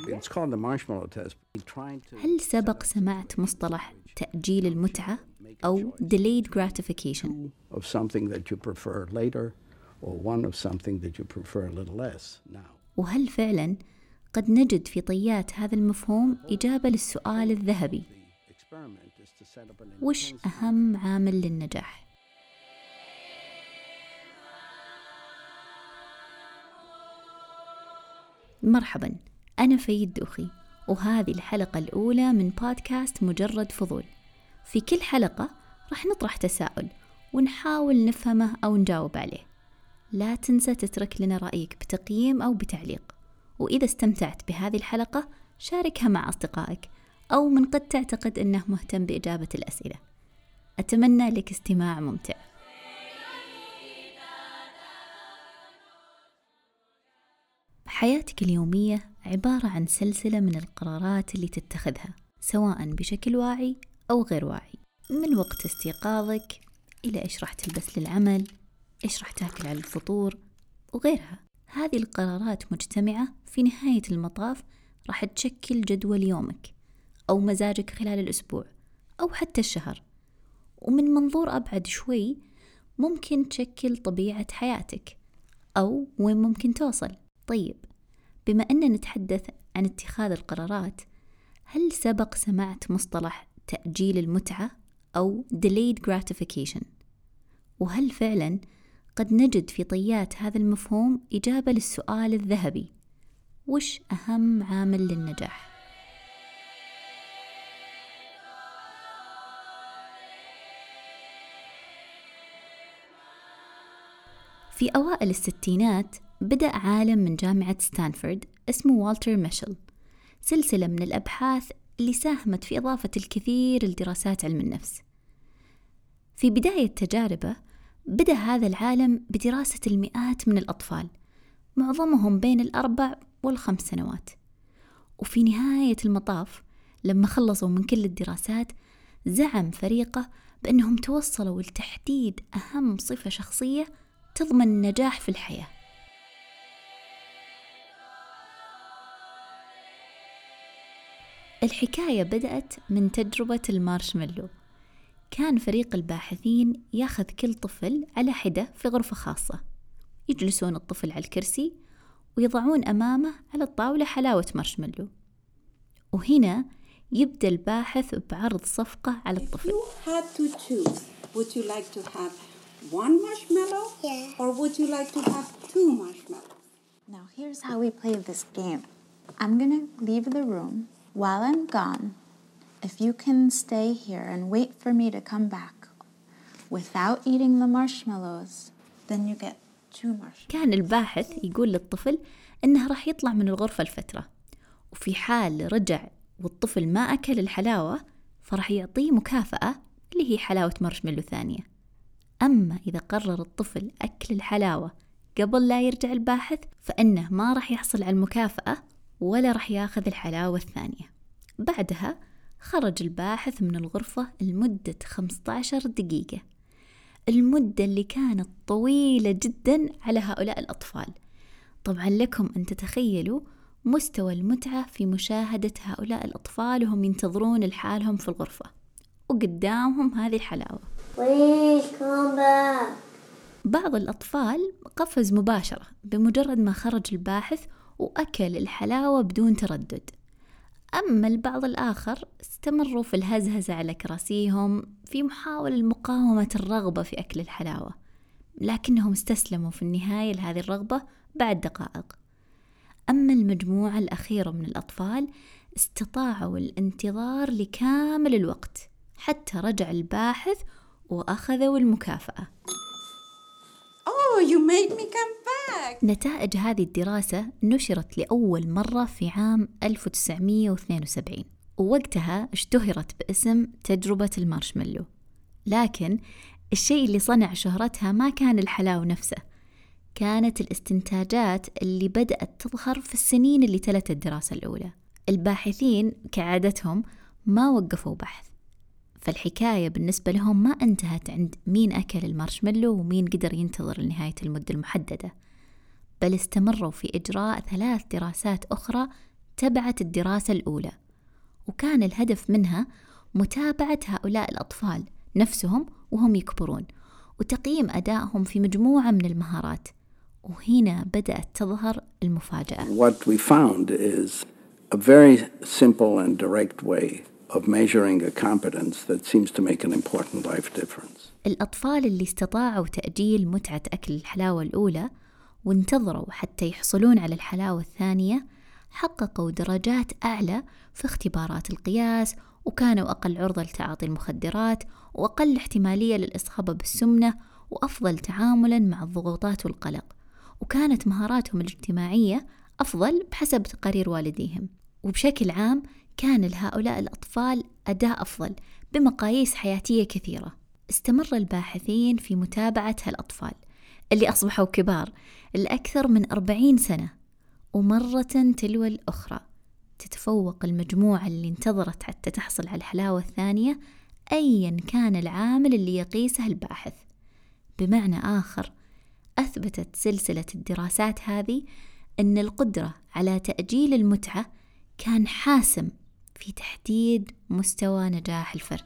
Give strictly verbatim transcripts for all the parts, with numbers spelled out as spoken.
It's called the marshmallow test. Trying to هل سبق سمعت مصطلح تأجيل المتعة أو delayed gratification؟ of something that you prefer later or one of something that you prefer a little less now. وهل فعلا قد نجد في طيات هذا المفهوم إجابة للسؤال الذهبي: وش أهم عامل للنجاح؟ مرحبا، أنا فايد دوخي، وهذه الحلقة الأولى من بودكاست مجرد فضول. في كل حلقة راح نطرح تساؤل ونحاول نفهمه أو نجاوب عليه. لا تنسى تترك لنا رأيك بتقييم أو بتعليق، وإذا استمتعت بهذه الحلقة شاركها مع أصدقائك أو من قد تعتقد أنه مهتم بإجابة الأسئلة. أتمنى لك استماع ممتع. حياتك اليومية عبارة عن سلسلة من القرارات اللي تتخذها سواء بشكل واعي أو غير واعي، من وقت استيقاظك إلى إيش راح تلبس للعمل، إيش راح تاكل على الفطور وغيرها. هذه القرارات مجتمعة في نهاية المطاف راح تشكل جدول يومك أو مزاجك خلال الأسبوع أو حتى الشهر، ومن منظور أبعد شوي ممكن تشكل طبيعة حياتك أو وين ممكن توصل. طيب، بما أننا نتحدث عن اتخاذ القرارات، هل سبق سمعت مصطلح تأجيل المتعة أو delayed gratification؟ وهل فعلا قد نجد في طيات هذا المفهوم إجابة للسؤال الذهبي: وش أهم عامل للنجاح؟ في أوائل الستينات بدأ عالم من جامعة ستانفورد اسمه والتر ميشل سلسلة من الأبحاث اللي ساهمت في إضافة الكثير لدراسات علم النفس. في بداية تجاربه بدأ هذا العالم بدراسة المئات من الأطفال، معظمهم بين الأربع والخمس سنوات، وفي نهاية المطاف لما خلصوا من كل الدراسات زعم فريقه بأنهم توصلوا لتحديد أهم صفة شخصية تضمن النجاح في الحياة. الحكاية بدأت من تجربة المارشميلو. كان فريق الباحثين ياخذ كل طفل على حدة في غرفة خاصة، يجلسون الطفل على الكرسي ويضعون أمامه على الطاولة حلاوة مارشميلو، وهنا يبدأ الباحث بعرض صفقة على الطفل. If you had to choose, would you like to have one marshmallow Yeah. or would you like to have two marshmallows? Now here's how we play this game. I'm gonna leave the room. While I'm gone, if you can stay here and wait for me to come back without eating the marshmallows, then you get two marshmallows. كان الباحث يقول للطفل إنه راح يطلع من الغرفة لفترة، وفي حال رجع والطفل ما أكل الحلاوة فراح يعطيه مكافأة اللي هي حلاوة مارشميلو ثانية. أما إذا قرر الطفل أكل الحلاوة قبل لا يرجع الباحث فإنه ما راح يحصل على المكافأة ولا راح ياخذ الحلاوة الثانية. بعدها خرج الباحث من الغرفة لمدة خمسة عشر دقيقة، المدة اللي كانت طويلة جدا على هؤلاء الأطفال. طبعا لكم أن تتخيلوا مستوى المتعة في مشاهدة هؤلاء الأطفال وهم ينتظرون لحالهم في الغرفة وقدامهم هذه الحلاوة. Please come back. بعض الأطفال قفز مباشرة بمجرد ما خرج الباحث وأكل الحلاوة بدون تردد، أما البعض الآخر استمروا في الهزهزة على كراسيهم في محاولة مقاومة الرغبة في أكل الحلاوة، لكنهم استسلموا في النهاية لهذه الرغبة بعد دقائق. أما المجموعة الأخيرة من الأطفال استطاعوا الانتظار لكامل الوقت حتى رجع الباحث وأخذوا المكافأة. Oh, you made me come back. نتائج هذه الدراسة نشرت لأول مرة في عام ألف وتسعمائة واثنين وسبعين، ووقتها اشتهرت باسم تجربة المارشميلو. لكن الشيء اللي صنع شهرتها ما كان الحلاوة نفسه، كانت الاستنتاجات اللي بدأت تظهر في السنين اللي تلت الدراسة الأولى. الباحثين كعادتهم ما وقفوا بحث، فالحكاية بالنسبة لهم ما انتهت عند مين أكل المارشميلو ومين قدر ينتظر لنهاية المدة المحددة، بل استمروا في إجراء ثلاث دراسات أخرى تبعت الدراسة الأولى، وكان الهدف منها متابعة هؤلاء الأطفال نفسهم وهم يكبرون، وتقييم أدائهم في مجموعة من المهارات. وهنا بدأت تظهر المفاجأة. What we found is a very simple and direct way of measuring a competence that seems to make an important life difference. الأطفال اللي استطاعوا تأجيل متعة أكل الحلاوة الأولى وانتظروا حتى يحصلون على الحلاوة الثانية حققوا درجات أعلى في اختبارات القياس، وكانوا أقل عرضة لتعاطي المخدرات، وأقل احتمالية للإصابة بالسمنة، وأفضل تعاملاً مع الضغوطات والقلق، وكانت مهاراتهم الاجتماعية أفضل بحسب تقارير والديهم. وبشكل عام كان لهؤلاء الأطفال أداء أفضل بمقاييس حياتية كثيرة. استمر الباحثين في متابعة هالأطفال اللي أصبحوا كبار لأكثر من أربعين سنة، ومرة تلو الأخرى تتفوق المجموعة اللي انتظرت حتى تحصل على الحلاوة الثانية أيا كان العامل اللي يقيسه الباحث. بمعنى آخر، أثبتت سلسلة الدراسات هذه أن القدرة على تأجيل المتعة كان حاسم في تحديد مستوى نجاح الفرد.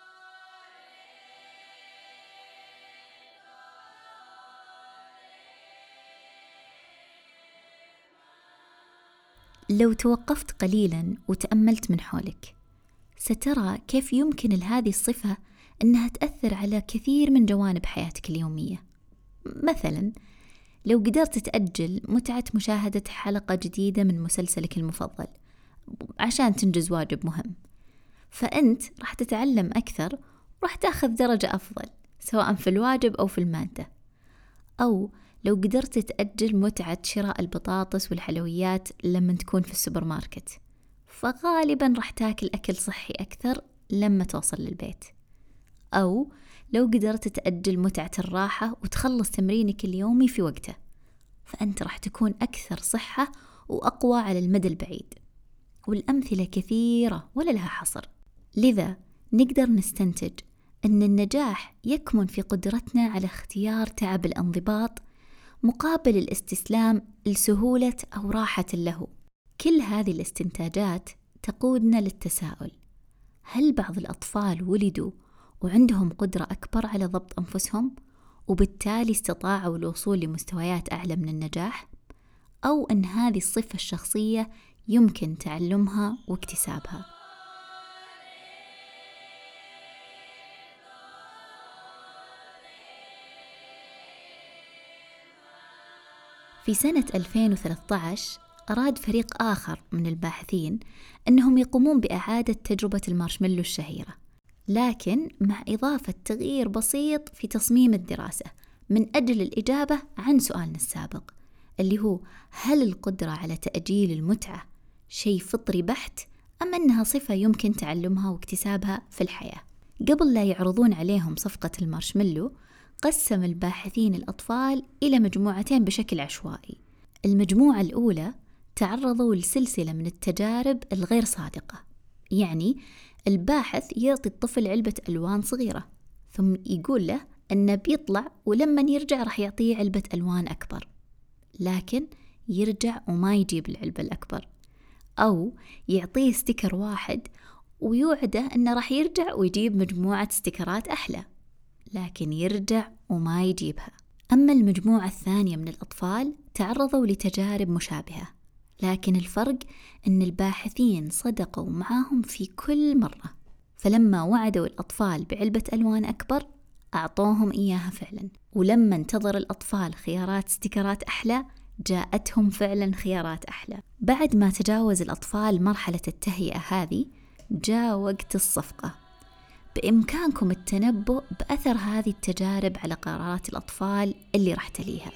لو توقفت قليلاً وتأملت من حولك، سترى كيف يمكن لهذه الصفة أنها تأثر على كثير من جوانب حياتك اليومية. مثلاً، لو قدرت تأجل متعة مشاهدة حلقة جديدة من مسلسلك المفضل عشان تنجز واجب مهم، فأنت راح تتعلم أكثر وراح تأخذ درجة أفضل سواء في الواجب أو في المادة. أو لو قدرت تأجل متعة شراء البطاطس والحلويات لما تكون في السوبر ماركت، فغالبا راح تاكل أكل صحي أكثر لما توصل للبيت. أو لو قدرت تأجل متعة الراحة وتخلص تمرينك اليومي في وقته، فأنت راح تكون أكثر صحة وأقوى على المدى البعيد. والأمثلة كثيرة ولا لها حصر. لذا نقدر نستنتج أن النجاح يكمن في قدرتنا على اختيار تعب الانضباط مقابل الاستسلام لسهولة أو راحة له. كل هذه الاستنتاجات تقودنا للتساؤل: هل بعض الأطفال ولدوا وعندهم قدرة أكبر على ضبط أنفسهم وبالتالي استطاعوا الوصول لمستويات أعلى من النجاح؟ أو أن هذه الصفة الشخصية يمكن تعلمها واكتسابها؟ في سنة ألفين وثلاثة عشر أراد فريق آخر من الباحثين أنهم يقومون بإعادة تجربة المارشميلو الشهيرة، لكن مع إضافة تغيير بسيط في تصميم الدراسة من أجل الإجابة عن سؤالنا السابق، اللي هو: هل القدرة على تأجيل المتعة شيء فطري بحت أم أنها صفة يمكن تعلمها واكتسابها في الحياة؟ قبل لا يعرضون عليهم صفقة المارشميلو، قسم الباحثين الأطفال إلى مجموعتين بشكل عشوائي. المجموعة الأولى تعرضوا لسلسلة من التجارب الغير صادقة، يعني الباحث يعطي الطفل علبة ألوان صغيرة ثم يقول له أنه بيطلع ولما يرجع راح يعطيه علبة ألوان أكبر، لكن يرجع وما يجيب العلبة الأكبر. أو يعطيه ستيكر واحد ويوعده أنه راح يرجع ويجيب مجموعة ستيكرات أحلى، لكن يرجع وما يجيبها. أما المجموعة الثانية من الأطفال تعرضوا لتجارب مشابهة، لكن الفرق أن الباحثين صدقوا معاهم في كل مرة، فلما وعدوا الأطفال بعلبة ألوان أكبر أعطوهم إياها فعلا، ولما انتظر الأطفال خيارات ستيكرات أحلى جاءتهم فعلا خيارات أحلى. بعد ما تجاوز الأطفال مرحلة التهيئة هذه، جاء وقت الصفقة. بإمكانكم التنبؤ بأثر هذه التجارب على قرارات الأطفال اللي راح تليها.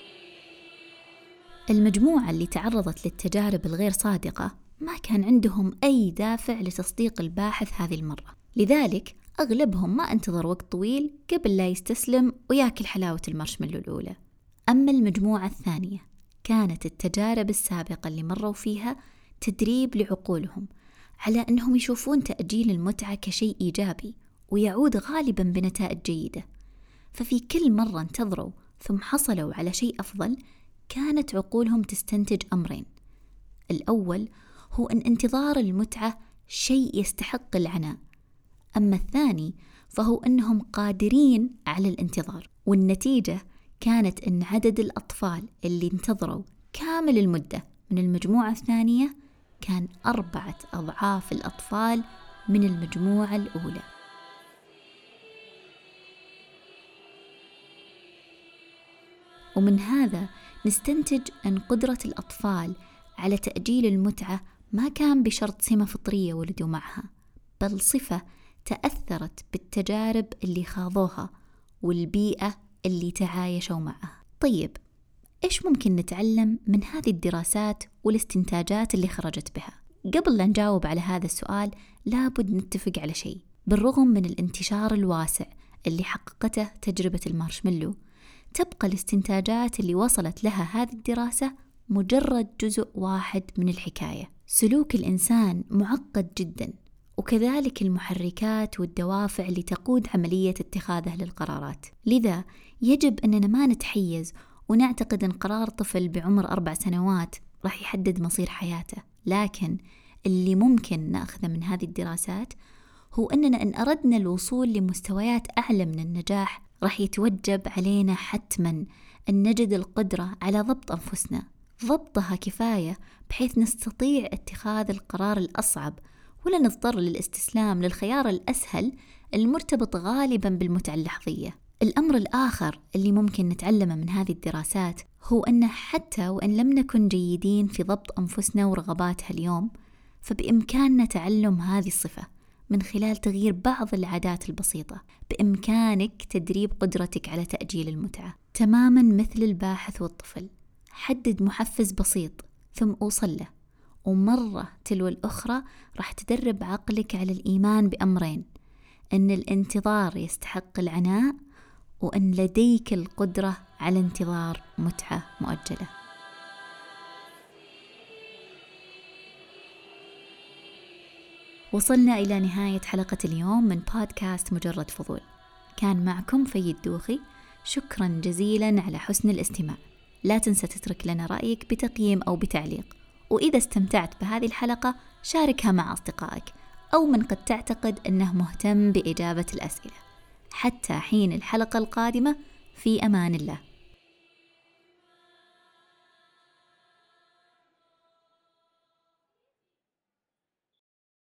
المجموعة اللي تعرضت للتجارب الغير صادقة ما كان عندهم أي دافع لتصديق الباحث هذه المرة، لذلك أغلبهم ما انتظر وقت طويل قبل لا يستسلم وياكل حلاوة المارشميلو الأولى. أما المجموعة الثانية كانت التجارب السابقة اللي مروا فيها تدريب لعقولهم على أنهم يشوفون تأجيل المتعة كشيء إيجابي ويعود غالبا بنتائج جيدة، ففي كل مرة انتظروا ثم حصلوا على شيء أفضل كانت عقولهم تستنتج أمرين: الأول هو أن انتظار المتعة شيء يستحق العناء، أما الثاني فهو أنهم قادرين على الانتظار. والنتيجة كانت أن عدد الأطفال اللي انتظروا كامل المدة من المجموعة الثانية كان أربعة أضعاف الأطفال من المجموعة الأولى. ومن هذا نستنتج أن قدرة الأطفال على تأجيل المتعة ما كان بشرط سمة فطرية ولدوا معها، بل صفة تأثرت بالتجارب اللي خاضوها والبيئة اللي تعايشوا معها. طيب، إيش ممكن نتعلم من هذه الدراسات والاستنتاجات اللي خرجت بها؟ قبل لا نجاوب على هذا السؤال لابد نتفق على شيء. بالرغم من الانتشار الواسع اللي حققته تجربة المارشميلو، تبقى الاستنتاجات اللي وصلت لها هذه الدراسة مجرد جزء واحد من الحكاية. سلوك الإنسان معقد جدا، وكذلك المحركات والدوافع اللي تقود عملية اتخاذه للقرارات. لذا يجب أننا ما نتحيز ونعتقد أن قرار طفل بعمر أربع سنوات راح يحدد مصير حياته، لكن اللي ممكن نأخذه من هذه الدراسات هو أننا إن أردنا الوصول لمستويات أعلى من النجاح راح يتوجب علينا حتما أن نجد القدرة على ضبط أنفسنا، ضبطها كفاية بحيث نستطيع اتخاذ القرار الأصعب ولا نضطر للاستسلام للخيار الأسهل المرتبط غالبا بالمتعة اللحظية. الأمر الآخر اللي ممكن نتعلمه من هذه الدراسات هو أن حتى وإن لم نكن جيدين في ضبط أنفسنا ورغباتها اليوم، فبإمكاننا تعلم هذه الصفة من خلال تغيير بعض العادات البسيطة. بإمكانك تدريب قدرتك على تأجيل المتعة تماما مثل الباحث والطفل. حدد محفز بسيط ثم أوصل له، ومرة تلو الأخرى راح تدرب عقلك على الإيمان بأمرين: أن الانتظار يستحق العناء، وأن لديك القدرة على انتظار متعة مؤجلة. وصلنا إلى نهاية حلقة اليوم من بودكاست مجرد فضول. كان معكم فيد دوخي. شكرا جزيلا على حسن الاستماع. لا تنسى تترك لنا رأيك بتقييم أو بتعليق، وإذا استمتعت بهذه الحلقة شاركها مع أصدقائك أو من قد تعتقد أنه مهتم بإجابة الأسئلة. حتى حين الحلقة القادمة، في أمان الله.